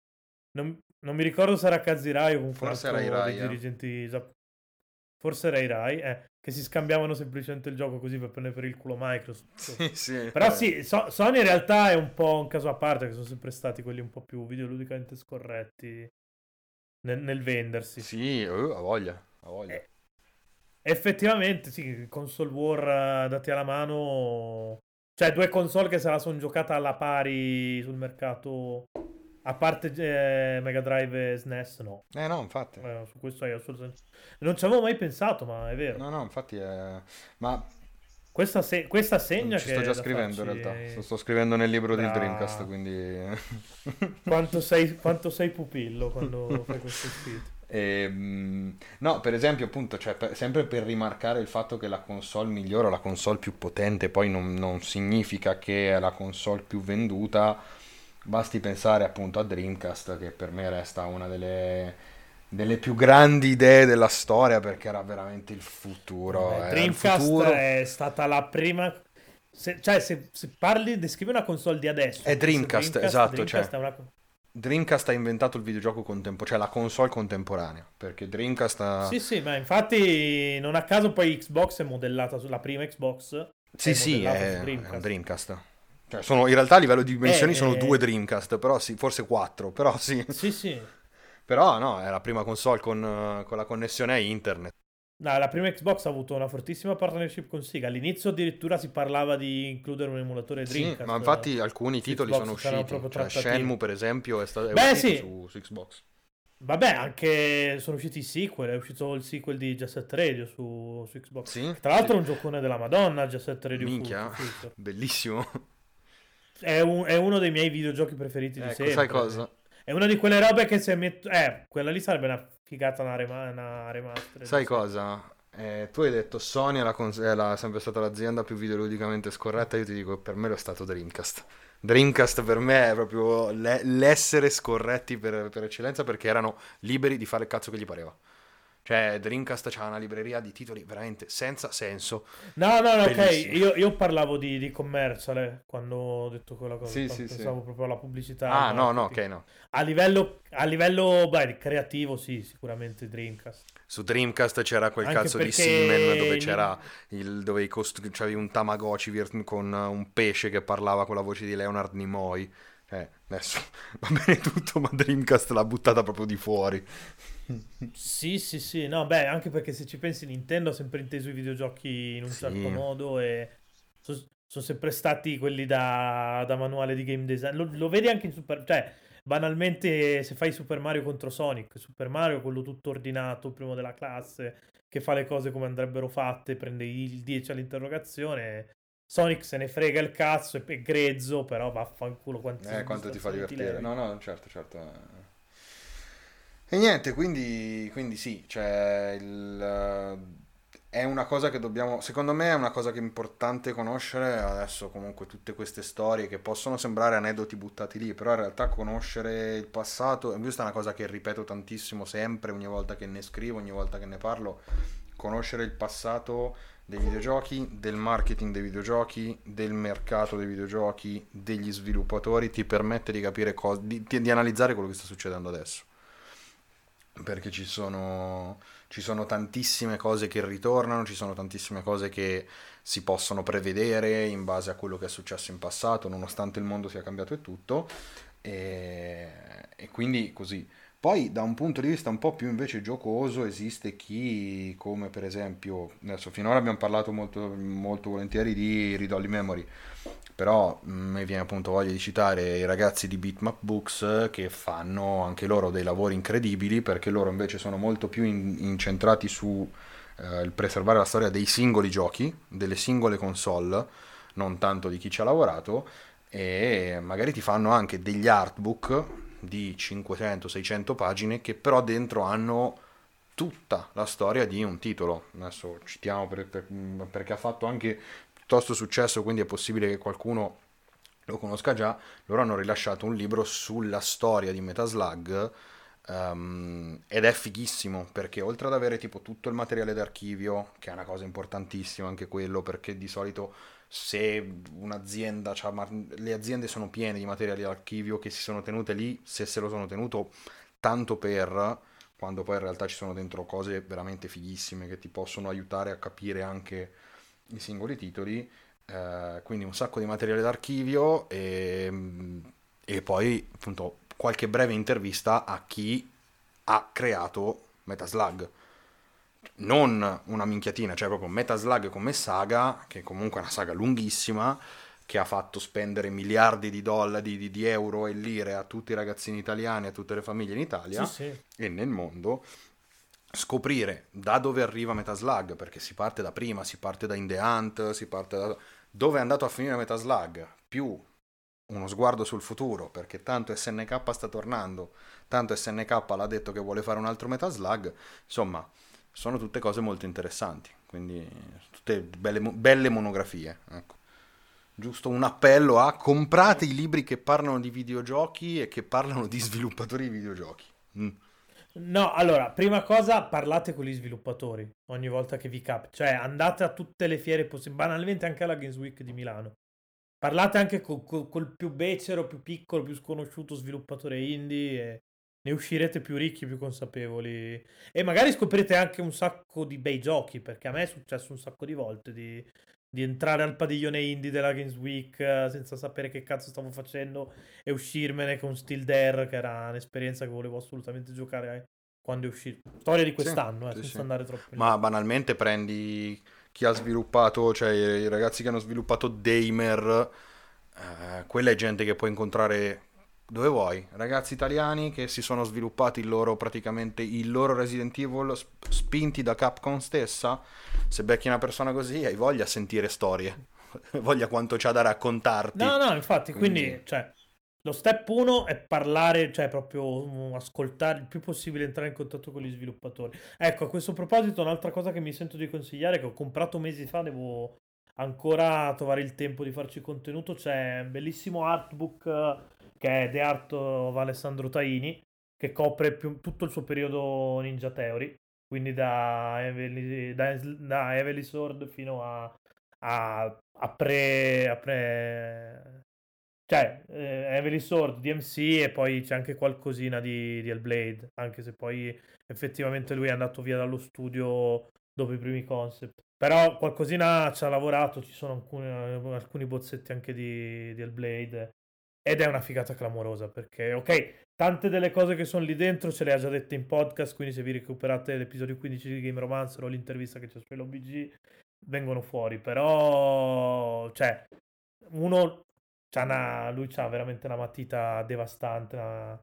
non, non mi ricordo se era Kazirai o comunque un Forse era altro dei Irai, eh? dirigenti giap- forse era Irai, eh, che si scambiavano semplicemente il gioco così per prendere per il culo Microsoft. Sì, sì. Però eh. sì, So- Sony in realtà è un po' un caso a parte, che sono sempre stati quelli un po' più videoludicamente scorretti nel, nel vendersi. Sì, eh, ha voglia, ha voglia. E effettivamente, sì, console war eh, dati alla mano, cioè due console che se la sono giocata alla pari sul mercato, a parte eh, Mega Drive e S N E S, no. Eh no, infatti. Eh, su questo hai assolutamente... Non ci avevo mai pensato, ma è vero. No, no, infatti è... Ma Questa, se- questa Mm, segna Ci sto che già è da scrivendo in farci. realtà, sto, eh, sto scrivendo nel libro del Dreamcast, Bra... quindi... Quanto sei, quanto sei pupillo quando fai queste uscite. Ehm, no, per esempio, appunto, cioè, per- sempre per rimarcare il fatto che la console migliore o la console più potente poi non, non significa che è la console più venduta, basti pensare appunto a Dreamcast, che per me resta una delle, delle più grandi idee della storia perché era veramente il futuro, Vabbè, era il Dreamcast futuro. è stata la prima. Se- cioè, se, se parli, descrivi una console di adesso, È X Dreamcast, Dreamcast, esatto, cioè Dreamcast è una. Dreamcast ha inventato il videogioco contemporaneo, cioè la console contemporanea, perché Dreamcast ha... Sì, sì, ma infatti non a caso poi Xbox è modellata sulla prima Xbox, Sì, è sì, modellata su è, è un Dreamcast. Dreamcast. Cioè, sono, in realtà a livello di Eh, dimensioni sono due eh, Dreamcast, però sì, forse quattro, però sì. sì, sì. Però no, è la prima console con, eh, con la connessione a internet. No, la prima Xbox ha avuto una fortissima partnership con Sega. All'inizio addirittura si parlava di includere un emulatore Sì, ma Dreamcast eh, infatti alcuni su titoli sono Xbox, c'erano usciti, proprio cioè Shenmue trattative. per esempio è, sta- è Beh, uscito sì, su, su Xbox. vabbè, anche sono usciti i sequel, è uscito il sequel di Jet Set Radio su, su Xbox. Sì, Che tra sì. l'altro è un giocone della Madonna, Jet Set Radio Fu- Minchia, Future. bellissimo. È, un- è uno dei miei videogiochi preferiti di Ecco, sai sempre. cosa? È una di quelle robe che se metto. Eh, quella lì sarebbe una figata, una, rema- una remastered, Sai sì. cosa? Eh, tu hai detto Sony è, la cons- è la- sempre stata l'azienda più videoludicamente scorretta, io ti dico per me lo è stato Dreamcast. Dreamcast per me è proprio l'e- l'essere scorretti per, per eccellenza perché erano liberi di fare il cazzo che gli pareva. Cioè Dreamcast c'ha una libreria di titoli veramente senza senso, No, no, no, ok, bellissimi. io, io parlavo di, di commercial eh, quando ho detto quella cosa, Sì, sì, sì. pensavo proprio alla pubblicità, al Ah, no, no, ok, marketing. no. A livello, a livello, beh, creativo, sì, sicuramente Dreamcast. Su Dreamcast c'era quel Anche cazzo di Seaman dove perché c'era Ni- il, dove i cost- c'avevi un Tamagotchi vir- con un pesce che parlava con la voce di Leonard Nimoy. Eh, adesso va bene tutto, ma Dreamcast l'ha buttata proprio di fuori. Sì, sì, sì, no, beh, anche perché se ci pensi Nintendo ha sempre inteso i videogiochi in un certo Sì, modo e sono sempre stati quelli da, da manuale di game design. Lo, lo vedi anche in Super. Cioè, banalmente, se fai Super Mario contro Sonic, Super Mario, quello tutto ordinato, primo della classe, che fa le cose come andrebbero fatte, prende il dieci all'interrogazione. Sonic se ne frega il cazzo, è, è grezzo, però vaffanculo quanti eh, quanto ti fa soddisfazioni ti divertire. levi. No, no, certo, certo. eh. E niente, quindi, quindi sì, cioè il, è una cosa che dobbiamo, secondo me è una cosa che è importante conoscere adesso comunque tutte queste storie che possono sembrare aneddoti buttati lì, però in realtà conoscere il passato, e questa è una cosa che ripeto tantissimo sempre, ogni volta che ne scrivo, ogni volta che ne parlo, conoscere il passato dei videogiochi, del marketing dei videogiochi, del mercato dei videogiochi, degli sviluppatori, ti permette di capire cose, di, di analizzare quello che sta succedendo adesso perché ci sono, ci sono tantissime cose che ritornano, ci sono tantissime cose che si possono prevedere in base a quello che è successo in passato, nonostante il mondo sia cambiato e tutto, e, e quindi così. Poi da un punto di vista un po' più invece giocoso esiste chi, come per esempio, adesso finora abbiamo parlato molto, molto volentieri di Read Only Memory, però mm, mi viene appunto voglia di citare i ragazzi di Bitmap Books eh, che fanno anche loro dei lavori incredibili perché loro invece sono molto più in- incentrati su eh, il preservare la storia dei singoli giochi, delle singole console, non tanto di chi ci ha lavorato e magari ti fanno anche degli artbook di cinquecento seicento pagine che però dentro hanno tutta la storia di un titolo. Adesso citiamo per- per- perché ha fatto anche piuttosto successo, quindi è possibile che qualcuno lo conosca già. Loro hanno rilasciato un libro sulla storia di Metaslug ehm, ed è fighissimo perché oltre ad avere tipo tutto il materiale d'archivio, che è una cosa importantissima anche quello, perché di solito se un'azienda, c'ha ma- le aziende sono piene di materiali d'archivio che si sono tenute lì, se se lo sono tenuto tanto per, quando poi in realtà ci sono dentro cose veramente fighissime che ti possono aiutare a capire anche i singoli titoli, eh, quindi un sacco di materiale d'archivio e, e poi appunto qualche breve intervista a chi ha creato Metaslug. Non una minchiatina, cioè proprio Metaslug come saga, che comunque è una saga lunghissima, che ha fatto spendere miliardi di dollari, di, di euro e lire a tutti i ragazzini italiani, a tutte le famiglie in Sì, Italia sì. e nel mondo, scoprire da dove arriva Metaslug, perché si parte da prima, si parte da In The Hunt, si parte da dove è andato a finire Metaslug, più uno sguardo sul futuro, perché tanto S N K sta tornando, tanto S N K l'ha detto che vuole fare un altro Metaslug, insomma, sono tutte cose molto interessanti, quindi tutte belle, belle monografie, ecco. Giusto un appello a comprate i libri che parlano di videogiochi e che parlano di sviluppatori di videogiochi. Mm. No, allora, prima cosa, parlate con gli sviluppatori ogni volta che vi capita. Cioè, andate a tutte le fiere possibili, banalmente anche alla Games Week di Milano. Parlate anche co- co- col più becero, più piccolo, più sconosciuto sviluppatore indie e ne uscirete più ricchi, più consapevoli. E magari scoprirete anche un sacco di bei giochi, perché a me è successo un sacco di volte di, di entrare al padiglione indie della Games Week eh, senza sapere che cazzo stavo facendo e uscirmene con Still There, che era un'esperienza che volevo assolutamente giocare eh, quando è uscito. Storia di Sì, quest'anno, eh, sì, senza sì. andare troppo in là. Ma banalmente prendi chi ha sviluppato, cioè i i ragazzi che hanno sviluppato Damer, eh, quella è gente che puoi incontrare dove vuoi. Ragazzi italiani che si sono sviluppati il loro, praticamente il loro Resident Evil sp- spinti da Capcom stessa. Se becchi una persona così, hai voglia a sentire storie, voglia quanto c'ha da No, raccontarti. no, infatti, Quindi, quindi, cioè, lo step uno è parlare, cioè proprio um, ascoltare il più possibile, entrare in contatto con gli sviluppatori. Ecco, a questo proposito, un'altra cosa che mi sento di consigliare, che ho comprato mesi fa, devo ancora trovare il tempo di farci contenuto, c'è un bellissimo artbook eh, che è The Art of Alessandro Taini, che copre più- tutto il suo periodo Ninja Theory, quindi da Heavenly, da, da Heavenly Sword fino a a, a pre, a pre cioè eh, Heavenly Sword, D M C e poi c'è anche qualcosina di, di Hellblade, anche se poi effettivamente lui è andato via dallo studio dopo i primi concept. Però qualcosina ci ha lavorato, ci sono alcuni, alcuni bozzetti anche di, di Hellblade ed è una figata clamorosa perché, ok, tante delle cose che sono lì dentro ce le ha già dette in podcast, quindi se vi recuperate l'episodio quindici di Game Romancer o l'intervista che c'è su L B G vengono fuori, però cioè uno c'ha una, lui c'ha veramente una matita devastante una-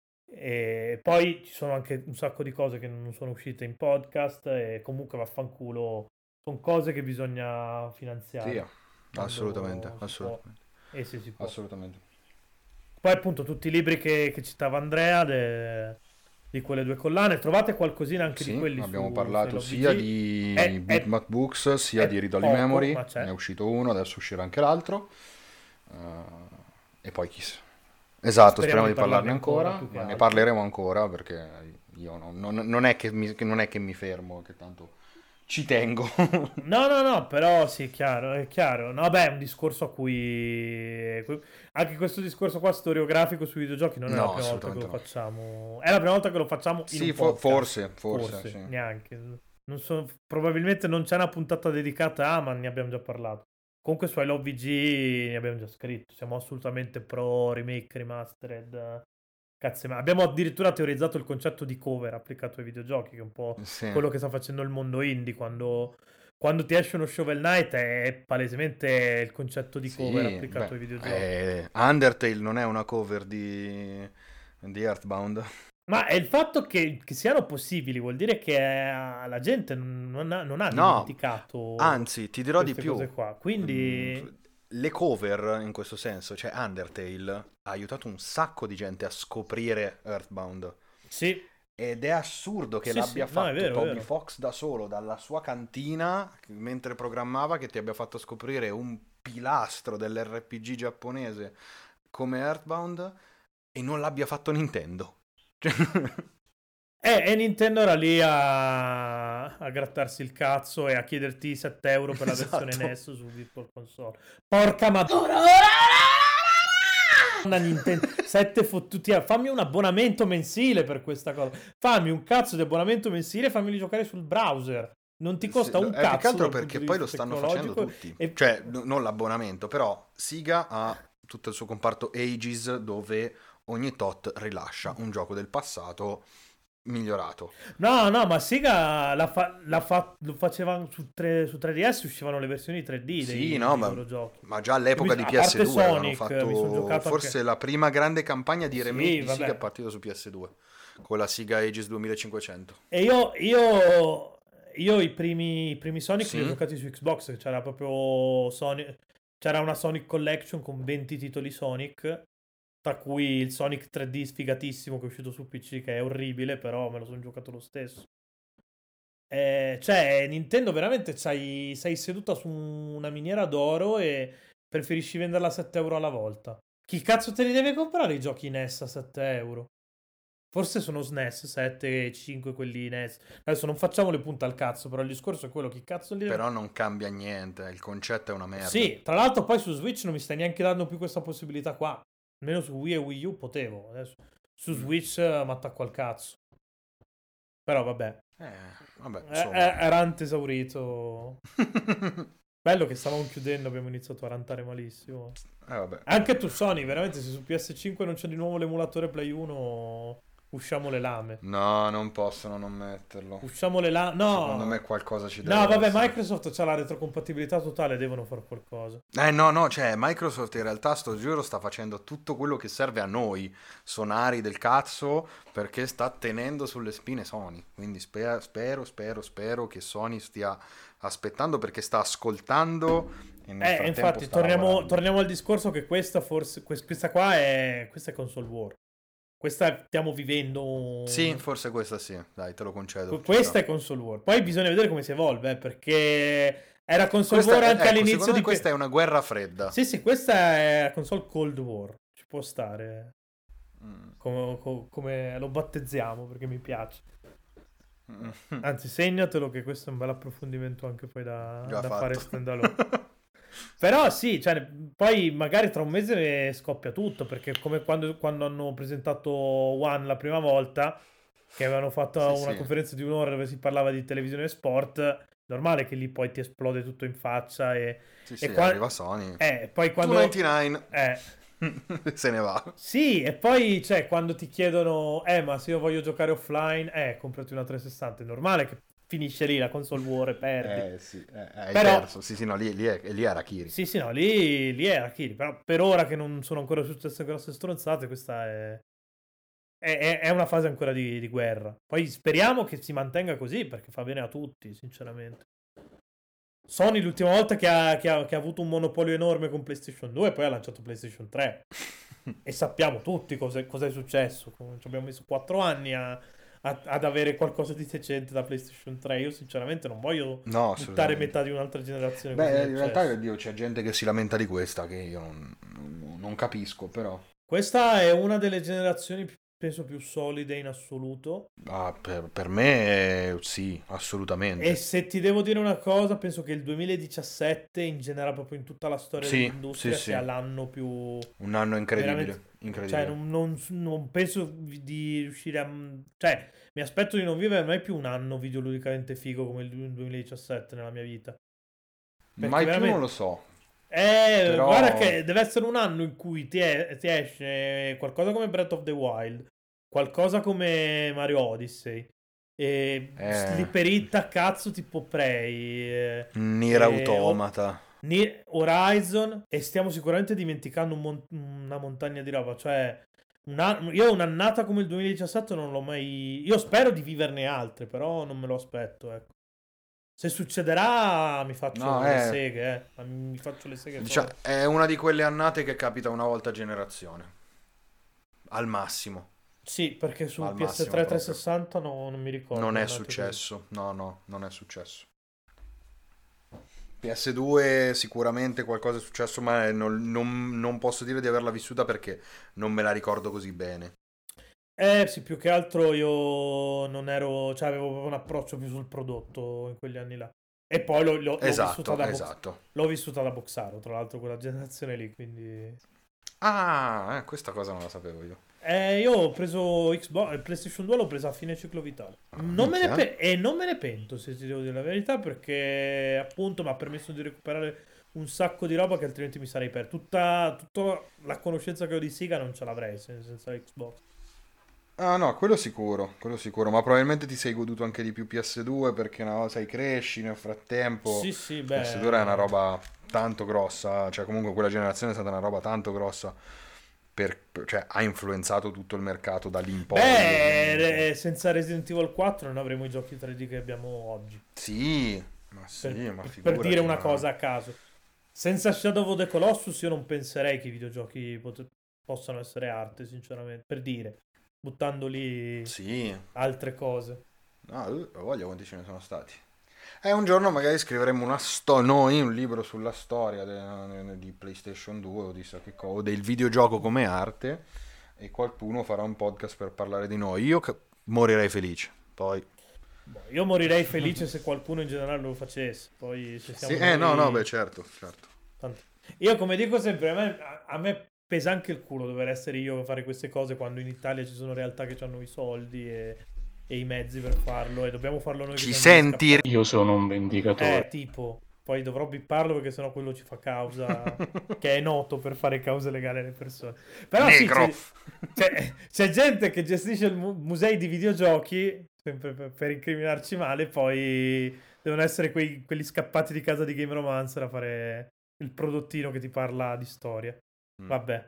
e poi ci sono anche un sacco di cose che non sono uscite in podcast e comunque vaffanculo sono cose che bisogna sì, finanziare assolutamente, quando si può assolutamente, e se si può. assolutamente. Poi appunto tutti i libri che, che citava Andrea de- di quelle due collane, trovate qualcosina anche di Sì, quelli abbiamo su, su parlato sia L V G. di È, è- Bitmap Books sia di è Ridoli poco, Memory, ma ne è c'è. uscito uno, adesso uscirà anche l'altro. Eh, e poi chissà. Esatto, Speriamo speriamo di di parlarne parlarne ancora ancora, più che ma ne altro. parleremo ancora perché io non, non- non è che mi, che non è che mi fermo, che tanto ci tengo. No, no, no, però sì, è chiaro, è chiaro. No, beh, è un discorso a cui... Anche questo discorso qua storiografico sui videogiochi non è la No, prima volta che lo assolutamente no. facciamo. È la prima volta che lo facciamo in Sì, un fo- podcast. forse, forse, Forse, sì. neanche. Non so, probabilmente non c'è una puntata dedicata a, ma ne abbiamo già parlato. Comunque su I Love V G ne abbiamo già scritto. Siamo assolutamente pro remake, remastered. Cazzo, ma abbiamo addirittura teorizzato il concetto di cover applicato ai videogiochi, che è un po' Sì, quello che sta facendo il mondo indie quando quando ti esce uno Shovel Knight è palesemente il concetto di cover sì, applicato beh, ai videogiochi. eh, Undertale non è una cover di, di Earthbound. Ma è il fatto che, che siano possibili, vuol dire che eh, la gente non ha, non ha No, dimenticato anzi, ti dirò di queste più. cose qua. Mm, Quindi, Le cover, in questo senso, cioè Undertale, ha aiutato un sacco di gente a scoprire Earthbound. sì, Ed è assurdo che sì, l'abbia sì, no, è fatto vero, è Toby vero. Fox da solo, dalla sua cantina, mentre programmava, che ti abbia fatto scoprire un pilastro dell'R P G giapponese come Earthbound e non l'abbia fatto Nintendo. Cioè, E, e Nintendo era lì a, a grattarsi il cazzo e a chiederti sette euro per la versione esatto. N E S su Virtual Console. Porca madonna! Nintendo sette fottuti a- fammi un abbonamento mensile per questa cosa, fammi un cazzo di abbonamento mensile e fammeli giocare sul browser, non ti Sì, costa no, un è più che cazzo altro dal punto perché di poi lo vista stanno facendo tecnologico tutti. e... Cioè, n- non l'abbonamento, però Siga ha tutto il suo comparto Ages dove ogni tot rilascia un gioco del passato migliorato. No, no, ma Sega la fa- la fa- lo facevano su, tre, su tre D S, uscivano le versioni tre D Sì, dei, no, dei ma, loro giochi. ma già Io mi- all'epoca di a parte P S due avevano Sonic, mi sono fatto giocato forse anche... la prima grande campagna di remake Sì, di Sega è vabbè. partito su P S due, con la Sega Aegis duemilacinquecento. E io, io, io i primi, i primi Sonic li ho Sì? giocati su Xbox, c'era proprio Sonic, c'era una Sonic Collection con venti titoli Sonic, tra cui il Sonic tre D sfigatissimo che è uscito su P C, che è orribile, però me lo sono giocato lo stesso. Eh, cioè, Nintendo veramente c'hai- sei seduta su una miniera d'oro e preferisci venderla a sette euro alla volta. Chi cazzo te li deve comprare i giochi N E S a sette euro? Forse sono S N E S sette e cinque quelli N E S. Adesso non facciamo le punte al cazzo, però il discorso è quello, chi cazzo li deve... Però non cambia niente, il concetto è una merda. Sì, tra l'altro poi su Switch non mi stai neanche dando più questa possibilità qua. Almeno su Wii e Wii U potevo. Adesso su Mm. Switch eh, mi attacco al cazzo. Però vabbè. Eh, vabbè, È, insomma. è, è rant esaurito. Bello che stavamo chiudendo, abbiamo iniziato a rantare malissimo. Eh, vabbè. Anche tu Sony, veramente, se su P S cinque non c'è di nuovo l'emulatore Play uno, usciamo le lame. No, non possono non metterlo. Usciamo le lame. Secondo No. me qualcosa ci No, deve vabbè, essere. Microsoft c'ha la retrocompatibilità totale, devono fare qualcosa. Eh no, no, cioè Microsoft in realtà sto giro sta facendo tutto quello che serve a noi, sonari del cazzo, perché sta tenendo sulle spine Sony. Quindi spe- spero, spero, spero che Sony stia aspettando perché sta ascoltando e nel Eh, frattempo infatti, sta torniamo, lavorando. torniamo al discorso che questa forse, quest- questa qua è, questa è console war. Questa stiamo vivendo Sì, un- forse questa sì, dai, te lo concedo. que- Ci sta. questa è console war. Poi bisogna vedere come si evolve, eh, perché era console Questa war è, anche ecco, all'inizio secondo me di... questa P- è una guerra fredda. Sì, sì, questa è la console Cold War. Ci può stare. Mm. Come, co- come lo battezziamo, perché mi piace. Mm. Anzi, segnatelo che questo è un bel approfondimento anche poi da, Già da fare fatto. standalone. Però sì, cioè, poi magari tra un mese scoppia tutto, perché come quando, quando hanno presentato One la prima volta, che avevano fatto Sì, una sì. conferenza di un'ora dove si parlava di televisione e sport, normale che lì poi ti esplode tutto in faccia e, Sì, e sì, qua- arriva Sony. eh, poi quando... duecentonovantanove. Eh, Se ne va. sì, e poi cioè, quando ti chiedono, eh, ma se io voglio giocare offline, eh, comprati una trecentosessanta, è normale che finisce lì la console war e perdi. Eh sì, eh, hai Però, perso. Sì, sì, no, lì, lì, è, lì era Kiri. sì, sì, no, lì, lì è Akiri. Però per ora che non sono ancora successe grosse stronzate, questa è, è, è- è una fase ancora di, di guerra. Poi speriamo che si mantenga così, perché fa bene a tutti, sinceramente. Sony l'ultima volta che ha, che ha- che ha avuto un monopolio enorme con PlayStation due, poi ha lanciato PlayStation tre. E sappiamo tutti cosa è successo. Ci abbiamo messo quattro anni a- a- ad avere qualcosa di decente da PlayStation tre. Io sinceramente non voglio No, buttare assolutamente. metà di un'altra generazione così Beh, nel in realtà cesso. oddio, c'è gente che si lamenta di questa che io non, non- non capisco, però. Questa è una delle generazioni, penso, più solide in assoluto. Ah, per, per me eh, sì, E assolutamente. se ti devo dire una cosa, penso che il duemiladiciassette, in generale, proprio in tutta la storia Sì, sì, dell'industria, sì. sia l'anno più Un anno incredibile, veramente. Cioè, incredibile. non, non- non penso di riuscire a. Cioè, mi aspetto di non vivere mai più un anno videoludicamente figo come il du- duemiladiciassette nella mia vita. Perché Mai più non lo veramente. so, Eh, guarda però. che deve essere un anno in cui ti, è- ti esce qualcosa come Breath of the Wild, qualcosa come Mario Odyssey, e Eh, Sliperitta cazzo tipo Prey, eh, Nier e o- Automata. Ni- Horizon, e stiamo sicuramente dimenticando un mon- una montagna di roba. Cioè, una- io un'annata come il duemiladiciassette non l'ho mai. Io spero di viverne altre, però non me lo aspetto, ecco. Se succederà, mi No, faccio le è, seghe, eh. Ma Mi faccio le seghe diciamo, forti. è una di quelle annate che capita una volta a generazione. Al massimo. Sì, perché su Al P S massimo tre proprio. trecentosessanta no, non mi ricordo. Non è annate così. successo. No, no, non è successo. P S due sicuramente qualcosa è successo, ma non, non- non posso dire di averla vissuta perché non me la ricordo così bene. Eh sì, più che altro io non ero, cioè avevo proprio un approccio più sul prodotto in quegli anni là. E poi l'ho, l'ho- l'ho vissuta Esatto, da box, esatto. l'ho vissuta da boxaro, tra l'altro quella generazione lì, quindi... Ah, eh, questa cosa non la sapevo io. Eh, io ho preso Xbox, il PlayStation due l'ho presa a fine ciclo vitale. Ah, Non me ne minchia. pe- e non me ne pento, se ti devo dire la verità, perché appunto mi ha permesso di recuperare un sacco di roba che altrimenti mi sarei perso. Tutta, tutta la conoscenza che ho di Sega non ce l'avrei sen- senza Xbox. Ah no, quello sicuro, quello sicuro, ma probabilmente ti sei goduto anche di più P S due perché no, sai, cresci nel frattempo. Sì, sì, P S due è una beh. roba tanto grossa, cioè comunque quella generazione è stata una roba tanto grossa, per, per- cioè ha influenzato tutto il mercato da lì in poi, ovviamente. Beh, eh, senza Resident Evil quattro non avremo i giochi tre D che abbiamo oggi. Sì, ma Per, sì, ma per- per dire figurati, una ma... cosa a caso. Senza Shadow of the Colossus io non penserei che i videogiochi pot- possano essere arte, sinceramente. Per dire, buttando lì Sì, altre cose. no, eh, ho voglia quanti ce ne sono stati. E un giorno magari scriveremo una sto- noi un libro sulla storia de- di PlayStation due o di so che co- o del videogioco come arte e qualcuno farà un podcast per parlare di noi. Io ca- morirei felice. Poi Boh, io morirei felice se qualcuno in generale lo facesse. Poi se sì, siamo eh no, no, beh, noi... certo, certo. tanto- Io come dico sempre, a me, a- a me pesa anche il culo dover essere io a fare queste cose quando in Italia ci sono realtà che hanno i soldi e, e i mezzi per farlo e dobbiamo farlo noi che Ci siamo degli senti? scappati. Io sono un vendicatore. Eh, tipo, poi dovrò bipparlo perché sennò quello ci fa causa, che è noto per fare cause legali alle persone. Però sì, Negro. c'è, c'è- c'è gente che gestisce il mu- musei di videogiochi, sempre per, per incriminarci male, poi devono essere quei- quelli scappati di casa di Game Romancer a fare il prodottino che ti parla di storia. Mm. Vabbè.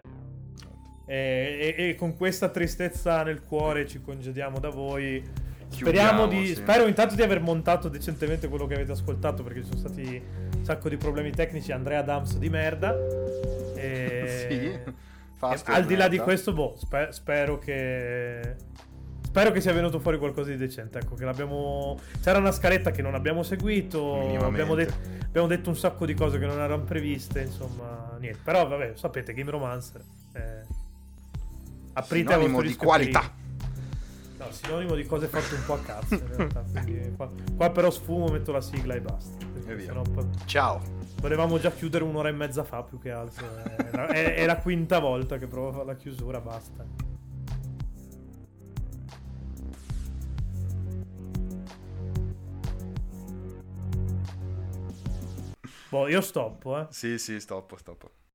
E, e- e con questa tristezza nel cuore ci congediamo da voi. Speriamo Chiudiamo, di. sì. Spero intanto di aver montato decentemente quello che avete ascoltato perché ci sono stati un sacco di problemi tecnici. Andrea Dams di merda. E... Sì, fast e al di là di merda. questo, boh, spe- spero che. Spero che sia venuto fuori qualcosa di decente. Ecco, che l'abbiamo. C'era una scaletta che non abbiamo seguito. Minimamente. Abbiamo, det- abbiamo detto un sacco di cose che non erano previste. Insomma, niente. Però, vabbè, sapete, Game Romancer. Eh, aprite a Sinonimo vostro di rischio e qualità. pericolo. No, sinonimo di cose fatte un po' a cazzo in realtà. Quindi qua, qua però sfumo, metto la sigla e basta. Perché E via. sennò poi- Ciao. volevamo già chiudere un'ora e mezza fa più che altro. È la, è- è la quinta volta che provo a fare la chiusura, basta. Boh, io stoppo, eh. Sì, sì, stop, stop.